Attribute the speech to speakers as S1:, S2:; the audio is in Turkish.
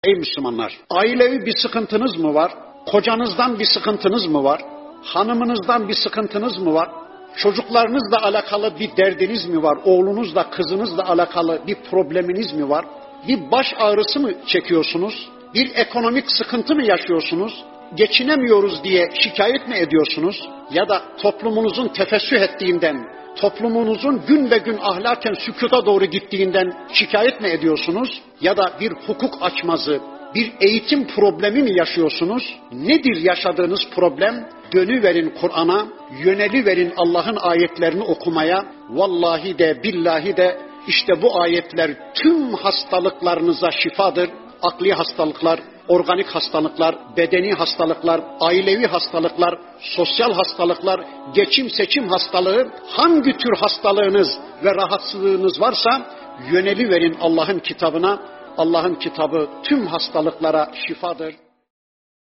S1: Ey Müslümanlar, ailevi bir sıkıntınız mı var? Kocanızdan bir sıkıntınız mı var? Hanımınızdan bir sıkıntınız mı var? Çocuklarınızla alakalı bir derdiniz mi var? Oğlunuzla, kızınızla alakalı bir probleminiz mi var? Bir baş ağrısı mı çekiyorsunuz? Bir ekonomik sıkıntı mı yaşıyorsunuz? Geçinemiyoruz diye şikayet mi ediyorsunuz? Ya da toplumunuzun tefessüh ettiğinden, toplumunuzun gün be gün ahlaken sükuta doğru gittiğinden şikayet mi ediyorsunuz? Ya da bir hukuk açmazı, bir eğitim problemi mi yaşıyorsunuz? Nedir yaşadığınız problem? Dönüverin Kur'an'a, yöneliverin Allah'ın ayetlerini okumaya. Vallahi de billahi de işte bu ayetler tüm hastalıklarınıza şifadır. Akli hastalıklar, organik hastalıklar, bedeni hastalıklar, ailevi hastalıklar, sosyal hastalıklar, geçim seçim hastalığı, hangi tür hastalığınız ve rahatsızlığınız varsa yöneliverin Allah'ın kitabına. Allah'ın kitabı tüm hastalıklara şifadır.